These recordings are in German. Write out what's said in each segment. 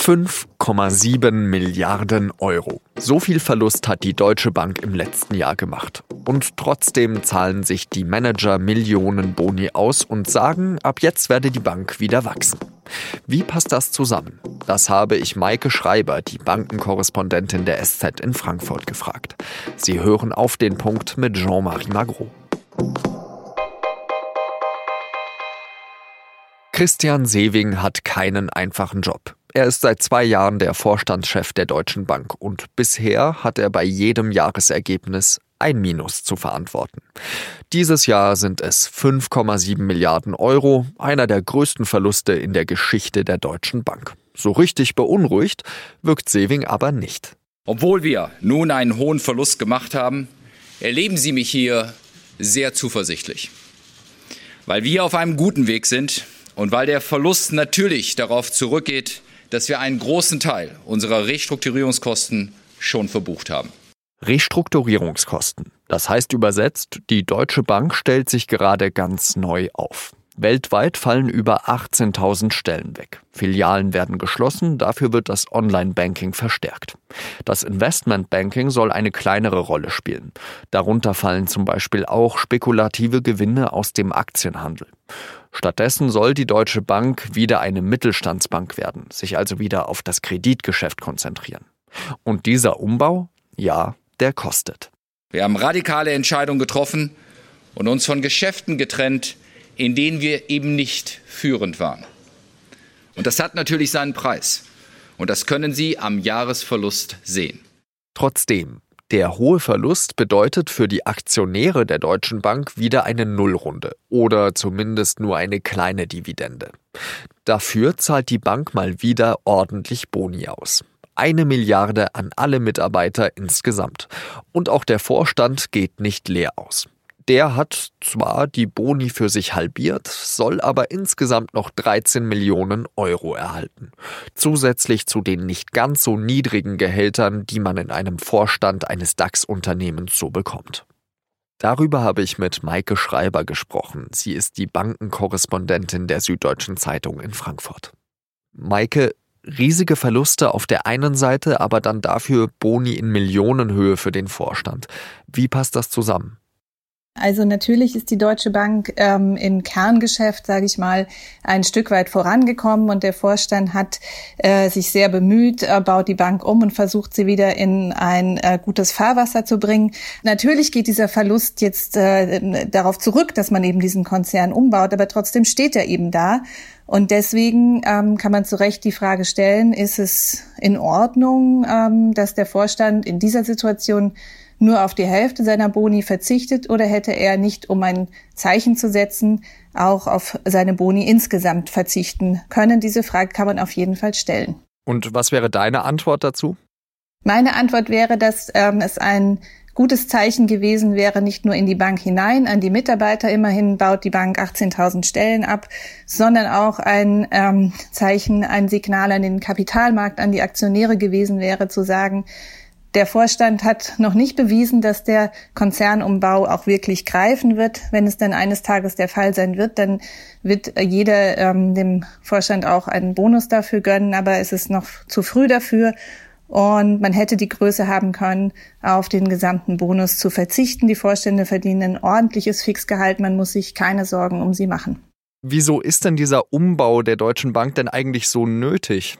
5,7 Milliarden Euro. So viel Verlust hat die Deutsche Bank im letzten Jahr gemacht. Und trotzdem zahlen sich die Manager Millionen Boni aus und sagen, ab jetzt werde die Bank wieder wachsen. Wie passt das zusammen? Das habe ich Maike Schreiber, die Bankenkorrespondentin der SZ in Frankfurt, gefragt. Sie hören auf den Punkt mit Jean-Marie Magro. Christian Sewing hat keinen einfachen Job. Er ist seit 2 Jahren der Vorstandschef der Deutschen Bank und bisher hat er bei jedem Jahresergebnis ein Minus zu verantworten. Dieses Jahr sind es 5,7 Milliarden Euro, einer der größten Verluste in der Geschichte der Deutschen Bank. So richtig beunruhigt wirkt Sewing aber nicht. Obwohl wir nun einen hohen Verlust gemacht haben, erleben Sie mich hier sehr zuversichtlich. Weil wir auf einem guten Weg sind und weil der Verlust natürlich darauf zurückgeht, dass wir einen großen Teil unserer Restrukturierungskosten schon verbucht haben. Restrukturierungskosten. Das heißt übersetzt, die Deutsche Bank stellt sich gerade ganz neu auf. Weltweit fallen über 18.000 Stellen weg. Filialen werden geschlossen, dafür wird das Online-Banking verstärkt. Das Investment-Banking soll eine kleinere Rolle spielen. Darunter fallen zum Beispiel auch spekulative Gewinne aus dem Aktienhandel. Stattdessen soll die Deutsche Bank wieder eine Mittelstandsbank werden, sich also wieder auf das Kreditgeschäft konzentrieren. Und dieser Umbau, ja, der kostet. Wir haben radikale Entscheidungen getroffen und uns von Geschäften getrennt, in denen wir eben nicht führend waren. Und das hat natürlich seinen Preis. Und das können Sie am Jahresverlust sehen. Trotzdem, der hohe Verlust bedeutet für die Aktionäre der Deutschen Bank wieder eine Nullrunde oder zumindest nur eine kleine Dividende. Dafür zahlt die Bank mal wieder ordentlich Boni aus. 1 Milliarde an alle Mitarbeiter insgesamt. Und auch der Vorstand geht nicht leer aus. Der hat zwar die Boni für sich halbiert, soll aber insgesamt noch 13 Millionen Euro erhalten. Zusätzlich zu den nicht ganz so niedrigen Gehältern, die man in einem Vorstand eines DAX-Unternehmens so bekommt. Darüber habe ich mit Maike Schreiber gesprochen. Sie ist die Bankenkorrespondentin der Süddeutschen Zeitung in Frankfurt. Maike, riesige Verluste auf der einen Seite, aber dann dafür Boni in Millionenhöhe für den Vorstand. Wie passt das zusammen? Also natürlich ist die Deutsche Bank im Kerngeschäft, sage ich mal, ein Stück weit vorangekommen und der Vorstand hat sich sehr bemüht, baut die Bank um und versucht sie wieder in ein gutes Fahrwasser zu bringen. Natürlich geht dieser Verlust jetzt darauf zurück, dass man eben diesen Konzern umbaut, aber trotzdem steht er eben da. Und deswegen kann man zu Recht die Frage stellen, ist es in Ordnung, dass der Vorstand in dieser Situation nur auf die Hälfte seiner Boni verzichtet oder hätte er nicht, um ein Zeichen zu setzen, auch auf seine Boni insgesamt verzichten können? Diese Frage kann man auf jeden Fall stellen. Und was wäre deine Antwort dazu? Meine Antwort wäre, dass es ein gutes Zeichen gewesen wäre, nicht nur in die Bank hinein, an die Mitarbeiter, immerhin baut die Bank 18.000 Stellen ab, sondern auch ein Zeichen, ein Signal an den Kapitalmarkt, an die Aktionäre gewesen wäre, zu sagen, der Vorstand hat noch nicht bewiesen, dass der Konzernumbau auch wirklich greifen wird. Wenn es dann eines Tages der Fall sein wird, dann wird jeder dem Vorstand auch einen Bonus dafür gönnen, aber es ist noch zu früh dafür. Und man hätte die Größe haben können, auf den gesamten Bonus zu verzichten. Die Vorstände verdienen ein ordentliches Fixgehalt, man muss sich keine Sorgen um sie machen. Wieso ist denn dieser Umbau der Deutschen Bank denn eigentlich so nötig?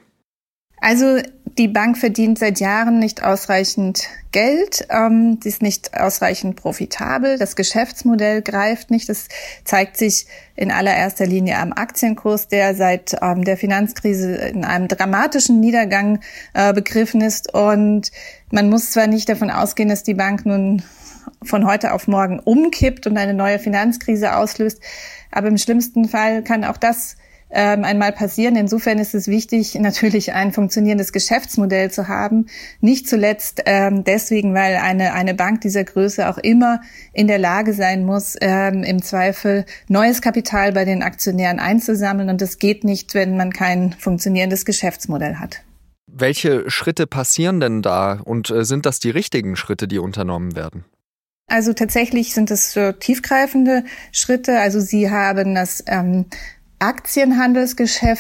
Also die Bank verdient seit Jahren nicht ausreichend Geld, sie ist nicht ausreichend profitabel, das Geschäftsmodell greift nicht. Das zeigt sich in allererster Linie am Aktienkurs, der seit der Finanzkrise in einem dramatischen Niedergang begriffen ist. Und man muss zwar nicht davon ausgehen, dass die Bank nun von heute auf morgen umkippt und eine neue Finanzkrise auslöst, aber im schlimmsten Fall kann auch das einmal passieren. Insofern ist es wichtig, natürlich ein funktionierendes Geschäftsmodell zu haben. Nicht zuletzt deswegen, weil eine Bank dieser Größe auch immer in der Lage sein muss, im Zweifel neues Kapital bei den Aktionären einzusammeln. Und das geht nicht, wenn man kein funktionierendes Geschäftsmodell hat. Welche Schritte passieren denn da und sind das die richtigen Schritte, die unternommen werden? Also tatsächlich sind es so tiefgreifende Schritte. Also Sie haben das Aktienhandelsgeschäft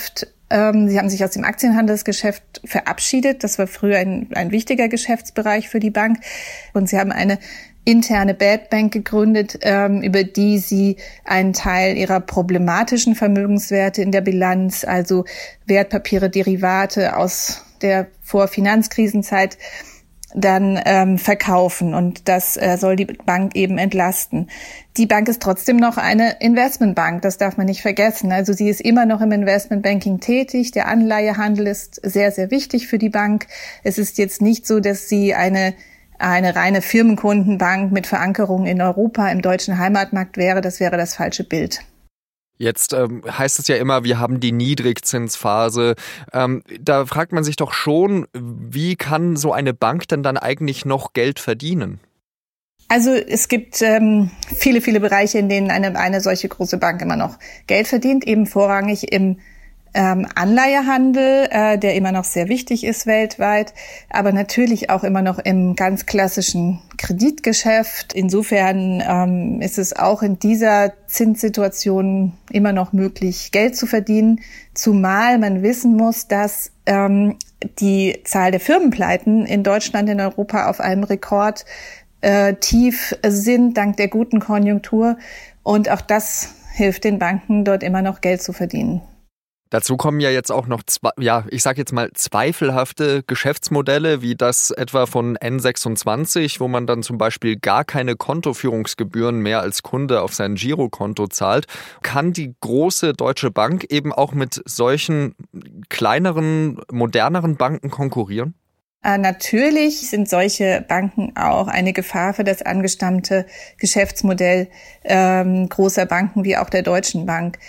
Sie haben sich aus dem Aktienhandelsgeschäft verabschiedet. Das war früher ein wichtiger Geschäftsbereich für die Bank. Und sie haben eine interne Bad Bank gegründet, über die sie einen Teil ihrer problematischen Vermögenswerte in der Bilanz, also Wertpapiere, Derivate aus der Vorfinanzkrisenzeit, dann verkaufen. Und das soll die Bank eben entlasten. Die Bank ist trotzdem noch eine Investmentbank, das darf man nicht vergessen. Also sie ist immer noch im Investmentbanking tätig. Der Anleihehandel ist sehr, sehr wichtig für die Bank. Es ist jetzt nicht so, dass sie eine reine Firmenkundenbank mit Verankerung in Europa im deutschen Heimatmarkt wäre. Das wäre das falsche Bild. Jetzt heißt es ja immer, wir haben die Niedrigzinsphase. Da fragt man sich doch schon, wie kann so eine Bank denn dann eigentlich noch Geld verdienen? Also es gibt viele, viele Bereiche, in denen eine solche große Bank immer noch Geld verdient, eben vorrangig im Anleihehandel, der immer noch sehr wichtig ist weltweit, aber natürlich auch immer noch im ganz klassischen Kreditgeschäft. Insofern ist es auch in dieser Zinssituation immer noch möglich, Geld zu verdienen, zumal man wissen muss, dass die Zahl der Firmenpleiten in Deutschland, in Europa auf einem Rekord tief sind, dank der guten Konjunktur. Und auch das hilft den Banken, dort immer noch Geld zu verdienen. Dazu kommen ja jetzt auch noch zweifelhafte Geschäftsmodelle, wie das etwa von N26, wo man dann zum Beispiel gar keine Kontoführungsgebühren mehr als Kunde auf sein Girokonto zahlt. Kann die große Deutsche Bank eben auch mit solchen kleineren, moderneren Banken konkurrieren? Natürlich sind solche Banken auch eine Gefahr für das angestammte Geschäftsmodell großer Banken wie auch der Deutschen Bank.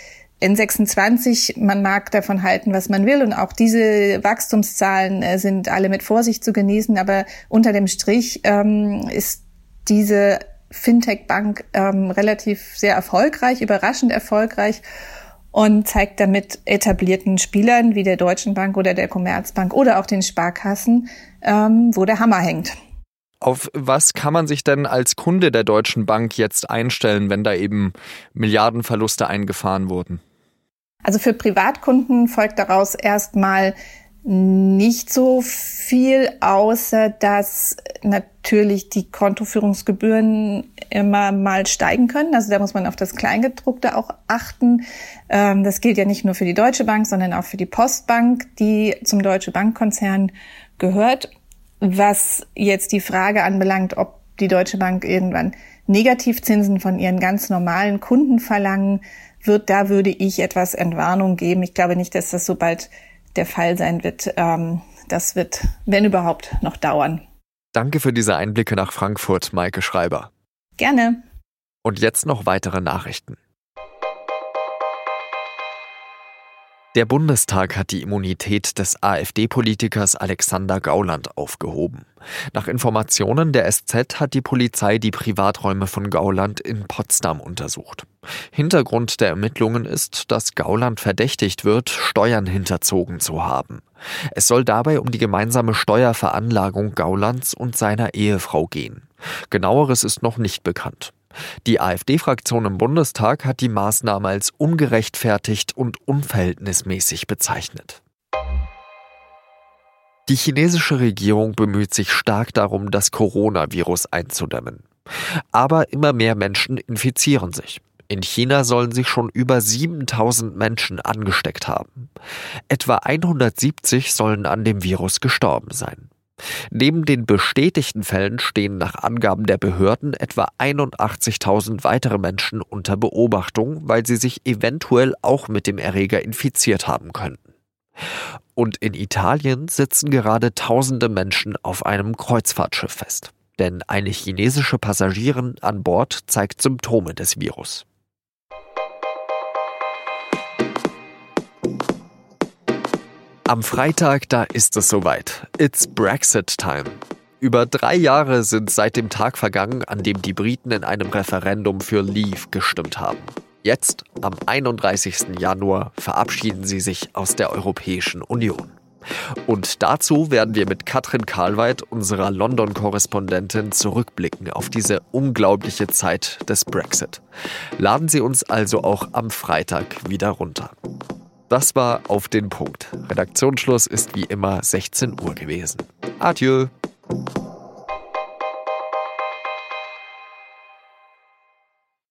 N26, man mag davon halten, was man will, und auch diese Wachstumszahlen sind alle mit Vorsicht zu genießen, aber unter dem Strich ist diese Fintech-Bank relativ sehr erfolgreich, überraschend erfolgreich, und zeigt damit etablierten Spielern wie der Deutschen Bank oder der Commerzbank oder auch den Sparkassen, wo der Hammer hängt. Auf was kann man sich denn als Kunde der Deutschen Bank jetzt einstellen, wenn da eben Milliardenverluste eingefahren wurden? Also für Privatkunden folgt daraus erstmal nicht so viel, außer dass natürlich die Kontoführungsgebühren immer mal steigen können. Also da muss man auf das Kleingedruckte auch achten. Das gilt ja nicht nur für die Deutsche Bank, sondern auch für die Postbank, die zum Deutsche Bankkonzern gehört. Was jetzt die Frage anbelangt, ob die Deutsche Bank irgendwann Negativzinsen von ihren ganz normalen Kunden verlangen wird, da würde ich etwas Entwarnung geben. Ich glaube nicht, dass das so bald der Fall sein wird. Das wird, wenn überhaupt, noch dauern. Danke für diese Einblicke nach Frankfurt, Maike Schreiber. Gerne. Und jetzt noch weitere Nachrichten. Der Bundestag hat die Immunität des AfD-Politikers Alexander Gauland aufgehoben. Nach Informationen der SZ hat die Polizei die Privaträume von Gauland in Potsdam untersucht. Hintergrund der Ermittlungen ist, dass Gauland verdächtigt wird, Steuern hinterzogen zu haben. Es soll dabei um die gemeinsame Steuerveranlagung Gaulands und seiner Ehefrau gehen. Genaueres ist noch nicht bekannt. Die AfD-Fraktion im Bundestag hat die Maßnahme als ungerechtfertigt und unverhältnismäßig bezeichnet. Die chinesische Regierung bemüht sich stark darum, das Coronavirus einzudämmen. Aber immer mehr Menschen infizieren sich. In China sollen sich schon über 7.000 Menschen angesteckt haben. Etwa 170 sollen an dem Virus gestorben sein. Neben den bestätigten Fällen stehen nach Angaben der Behörden etwa 81.000 weitere Menschen unter Beobachtung, weil sie sich eventuell auch mit dem Erreger infiziert haben könnten. Und in Italien sitzen gerade tausende Menschen auf einem Kreuzfahrtschiff fest. Denn eine chinesische Passagierin an Bord zeigt Symptome des Virus. Am Freitag, da ist es soweit. It's Brexit time. Über 3 Jahre sind seit dem Tag vergangen, an dem die Briten in einem Referendum für Leave gestimmt haben. Jetzt, am 31. Januar, verabschieden sie sich aus der Europäischen Union. Und dazu werden wir mit Katrin Karlweit, unserer London-Korrespondentin, zurückblicken auf diese unglaubliche Zeit des Brexit. Laden Sie uns also auch am Freitag wieder runter. Das war Auf den Punkt. Redaktionsschluss ist wie immer 16 Uhr gewesen. Adieu.